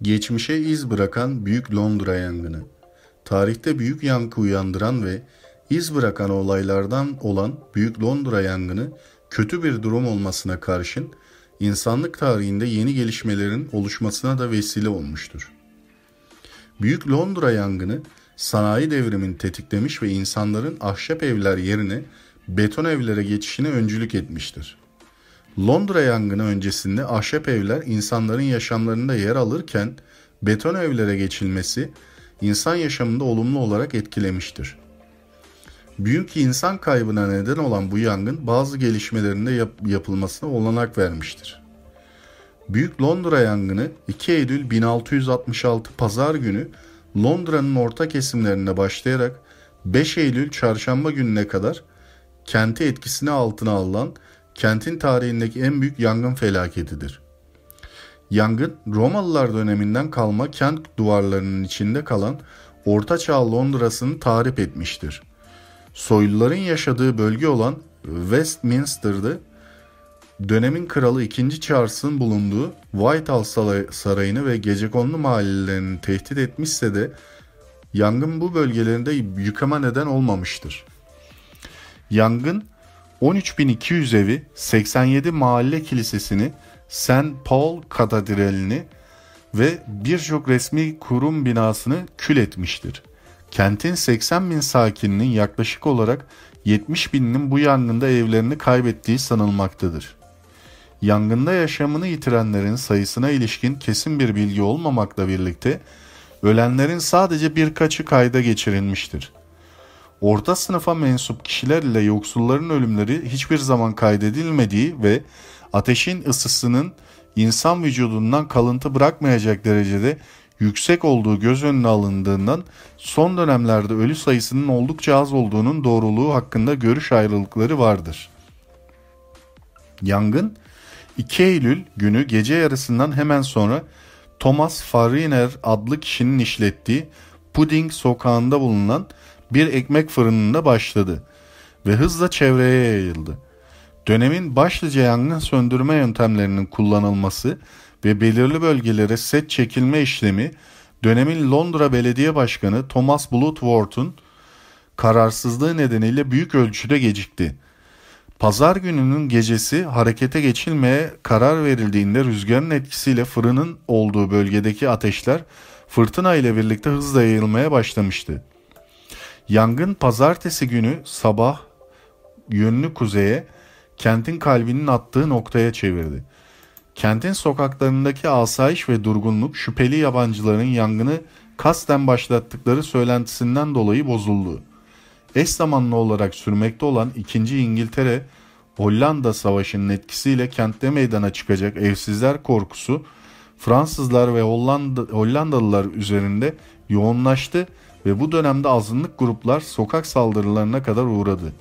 Geçmişe iz bırakan Büyük Londra Yangını. Tarihte büyük yankı uyandıran ve iz bırakan olaylardan olan Büyük Londra Yangını kötü bir durum olmasına karşın insanlık tarihinde yeni gelişmelerin oluşmasına da vesile olmuştur. Büyük Londra Yangını sanayi devrimini tetiklemiş ve insanların ahşap evler yerine beton evlere geçişine öncülük etmiştir. Londra yangını öncesinde ahşap evler insanların yaşamlarında yer alırken beton evlere geçilmesi insan yaşamında olumlu olarak etkilemiştir. Büyük insan kaybına neden olan bu yangın bazı gelişmelerin de yapılmasına olanak vermiştir. Büyük Londra yangını 2 Eylül 1666 Pazar günü Londra'nın orta kesimlerinde başlayarak 5 Eylül Çarşamba gününe kadar kenti etkisine altına alan kentin tarihindeki en büyük yangın felaketidir. Yangın, Romalılar döneminden kalma kent duvarlarının içinde kalan Orta Çağ Londra'sını tahrip etmiştir. Soyluların yaşadığı bölge olan Westminster'da dönemin kralı II. Charles'ın bulunduğu Whitehall Sarayı'nı ve gecekondu mahallelerini tehdit etmişse de yangın bu bölgelerinde yıkıma neden olmamıştır. Yangın 13.200 evi, 87 mahalle kilisesini, St. Paul Katedrali'ni ve birçok resmi kurum binasını kül etmiştir. Kentin 80.000 sakininin yaklaşık olarak 70.000'inin bu yangında evlerini kaybettiği sanılmaktadır. Yangında yaşamını yitirenlerin sayısına ilişkin kesin bir bilgi olmamakla birlikte ölenlerin sadece birkaçı kayda geçirilmiştir. Orta sınıfa mensup kişiler ile yoksulların ölümleri hiçbir zaman kaydedilmediği ve ateşin ısısının insan vücudundan kalıntı bırakmayacak derecede yüksek olduğu göz önüne alındığından son dönemlerde ölü sayısının oldukça az olduğunun doğruluğu hakkında görüş ayrılıkları vardır. Yangın 2 Eylül günü gece yarısından hemen sonra Thomas Fariner adlı kişinin işlettiği Pudding sokağında bulunan bir ekmek fırınında başladı ve hızla çevreye yayıldı. Dönemin başlıca yangın söndürme yöntemlerinin kullanılması ve belirli bölgelere set çekilme işlemi dönemin Londra Belediye Başkanı Thomas Bloodworth'un kararsızlığı nedeniyle büyük ölçüde gecikti. Pazar gününün gecesi harekete geçilmeye karar verildiğinde rüzgarın etkisiyle fırının olduğu bölgedeki ateşler fırtına ile birlikte hızla yayılmaya başlamıştı. Yangın pazartesi günü sabah yönünü kuzeye, kentin kalbinin attığı noktaya çevirdi. Kentin sokaklarındaki asayiş ve durgunluk şüpheli yabancıların yangını kasten başlattıkları söylentisinden dolayı bozuldu. Eş zamanlı olarak sürmekte olan 2. İngiltere-Hollanda Savaşı'nın etkisiyle kentte meydana çıkacak evsizler korkusu Fransızlar ve Hollandalılar üzerinde yoğunlaştı ve bu dönemde azınlık gruplar sokak saldırılarına kadar uğradı.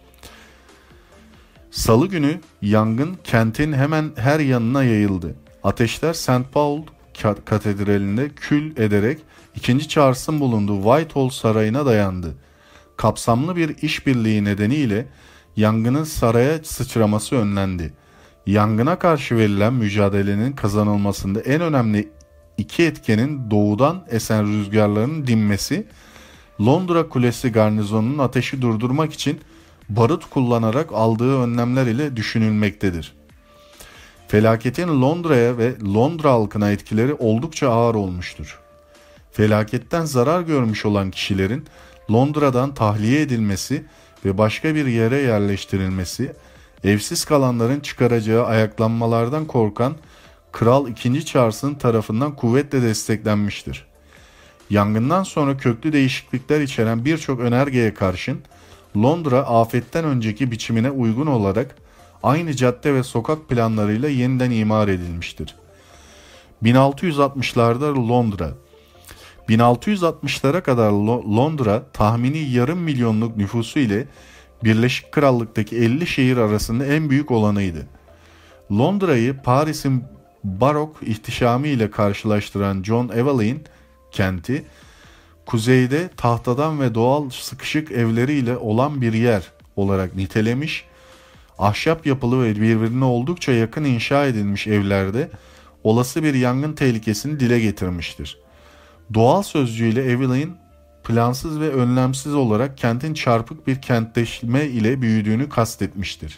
Salı günü yangın kentin hemen her yanına yayıldı. Ateşler St. Paul Katedrali'nde kül ederek II. Charles'ın bulunduğu Whitehall Sarayı'na dayandı. Kapsamlı bir işbirliği nedeniyle yangının saraya sıçraması önlendi. Yangına karşı verilen mücadelenin kazanılmasında en önemli iki etkenin doğudan esen rüzgarların dinmesi, Londra Kulesi garnizonunun ateşi durdurmak için barut kullanarak aldığı önlemler ile düşünülmektedir. Felaketin Londra'ya ve Londra halkına etkileri oldukça ağır olmuştur. Felaketten zarar görmüş olan kişilerin Londra'dan tahliye edilmesi ve başka bir yere yerleştirilmesi, evsiz kalanların çıkaracağı ayaklanmalardan korkan Kral II. Charles'ın tarafından kuvvetle desteklenmiştir. Yangından sonra köklü değişiklikler içeren birçok önergeye karşın Londra afetten önceki biçimine uygun olarak aynı cadde ve sokak planlarıyla yeniden imar edilmiştir. 1660'larda Londra 1660'lara kadar Londra tahmini yarım milyonluk nüfusu ile Birleşik Krallık'taki 50 şehir arasında en büyük olanıydı. Londra'yı Paris'in barok ihtişamı ile karşılaştıran John Evelyn kenti, kuzeyde tahtadan ve doğal sıkışık evleriyle olan bir yer olarak nitelemiş, ahşap yapılı ve birbirine oldukça yakın inşa edilmiş evlerde olası bir yangın tehlikesini dile getirmiştir. Doğal sözcüğüyle Evelyn, plansız ve önlemsiz olarak kentin çarpık bir kentleşme ile büyüdüğünü kastetmiştir.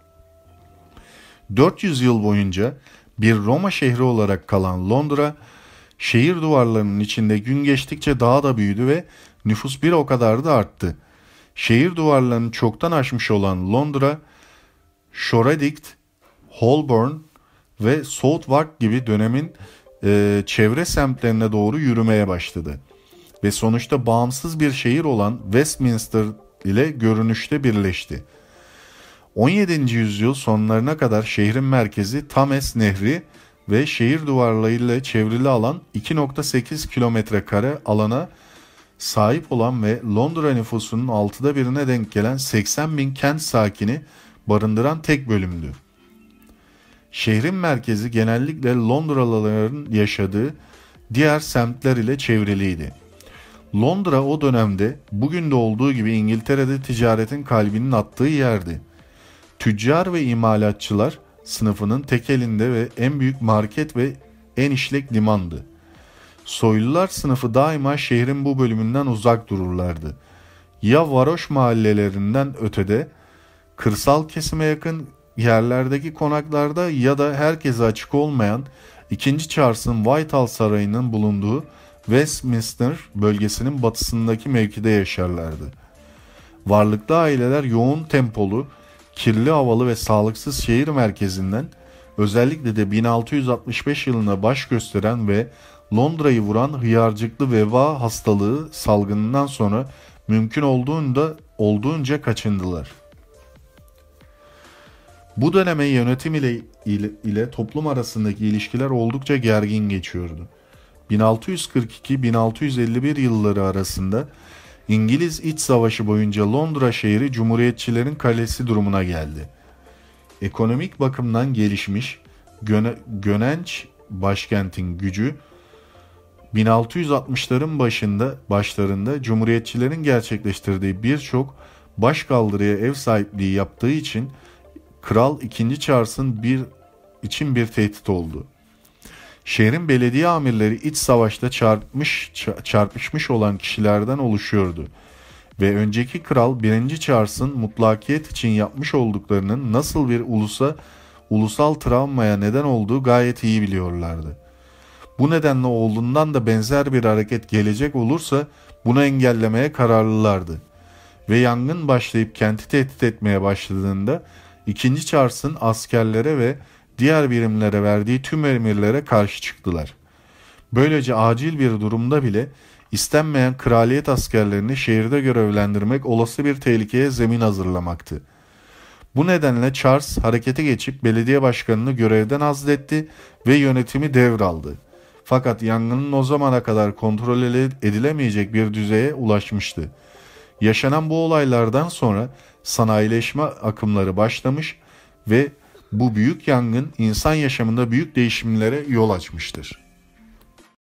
400 yıl boyunca bir Roma şehri olarak kalan Londra, şehir duvarlarının içinde gün geçtikçe daha da büyüdü ve nüfus bir o kadar da arttı. Şehir duvarlarını çoktan aşmış olan Londra, Shoreditch, Holborn ve Southwark gibi dönemin çevre semtlerine doğru yürümeye başladı. Ve sonuçta bağımsız bir şehir olan Westminster ile görünüşte birleşti. 17. yüzyıl sonlarına kadar şehrin merkezi Thames Nehri ve şehir duvarlarıyla çevrili alan 2,8 kilometre kare alana sahip olan ve Londra nüfusunun 6'da birine denk gelen 80 bin kent sakini barındıran tek bölümdü. Şehrin merkezi genellikle Londralıların yaşadığı diğer semtler ile çevriliydi. Londra o dönemde bugün de olduğu gibi İngiltere'de ticaretin kalbinin attığı yerdi. Tüccar ve imalatçılar sınıfının tekelinde ve en büyük market ve en işlek limandı. Soylular sınıfı daima şehrin bu bölümünden uzak dururlardı. Ya varoş mahallelerinden ötede, kırsal kesime yakın yerlerdeki konaklarda ya da herkese açık olmayan 2. Charles'ın Whitehall Sarayı'nın bulunduğu Westminster bölgesinin batısındaki mevkide yaşarlardı. Varlıklı aileler yoğun tempolu, kirli havalı ve sağlıksız şehir merkezinden, özellikle de 1665 yılında baş gösteren ve Londra'yı vuran hıyarcıklı veba hastalığı salgınından sonra mümkün olduğunca kaçındılar. Bu döneme yönetim ile toplum arasındaki ilişkiler oldukça gergin geçiyordu. 1642-1651 yılları arasında İngiliz İç Savaşı boyunca Londra şehri Cumhuriyetçilerin kalesi durumuna geldi. Ekonomik bakımdan gelişmiş, Gönenç başkentin gücü 1660'ların başlarında Cumhuriyetçilerin gerçekleştirdiği birçok başkaldırıya ev sahipliği yaptığı için Kral 2. Charles'ın için bir tehdit oldu. Şehrin belediye amirleri iç savaşta çarpışmış olan kişilerden oluşuyordu ve önceki kral 1. Charles'ın mutlakiyet için yapmış olduklarının nasıl bir ulusal travmaya neden olduğu gayet iyi biliyorlardı. Bu nedenle oğlundan da benzer bir hareket gelecek olursa bunu engellemeye kararlılardı ve yangın başlayıp kenti tehdit etmeye başladığında 2. Charles'ın askerlere ve diğer birimlere verdiği tüm emirlere karşı çıktılar. Böylece acil bir durumda bile istenmeyen kraliyet askerlerini şehirde görevlendirmek olası bir tehlikeye zemin hazırlamaktı. Bu nedenle Charles harekete geçip belediye başkanını görevden azletti ve yönetimi devraldı. Fakat yangının o zamana kadar kontrol edilemeyecek bir düzeye ulaşmıştı. Yaşanan bu olaylardan sonra sanayileşme akımları başlamış ve bu büyük yangın insan yaşamında büyük değişimlere yol açmıştır.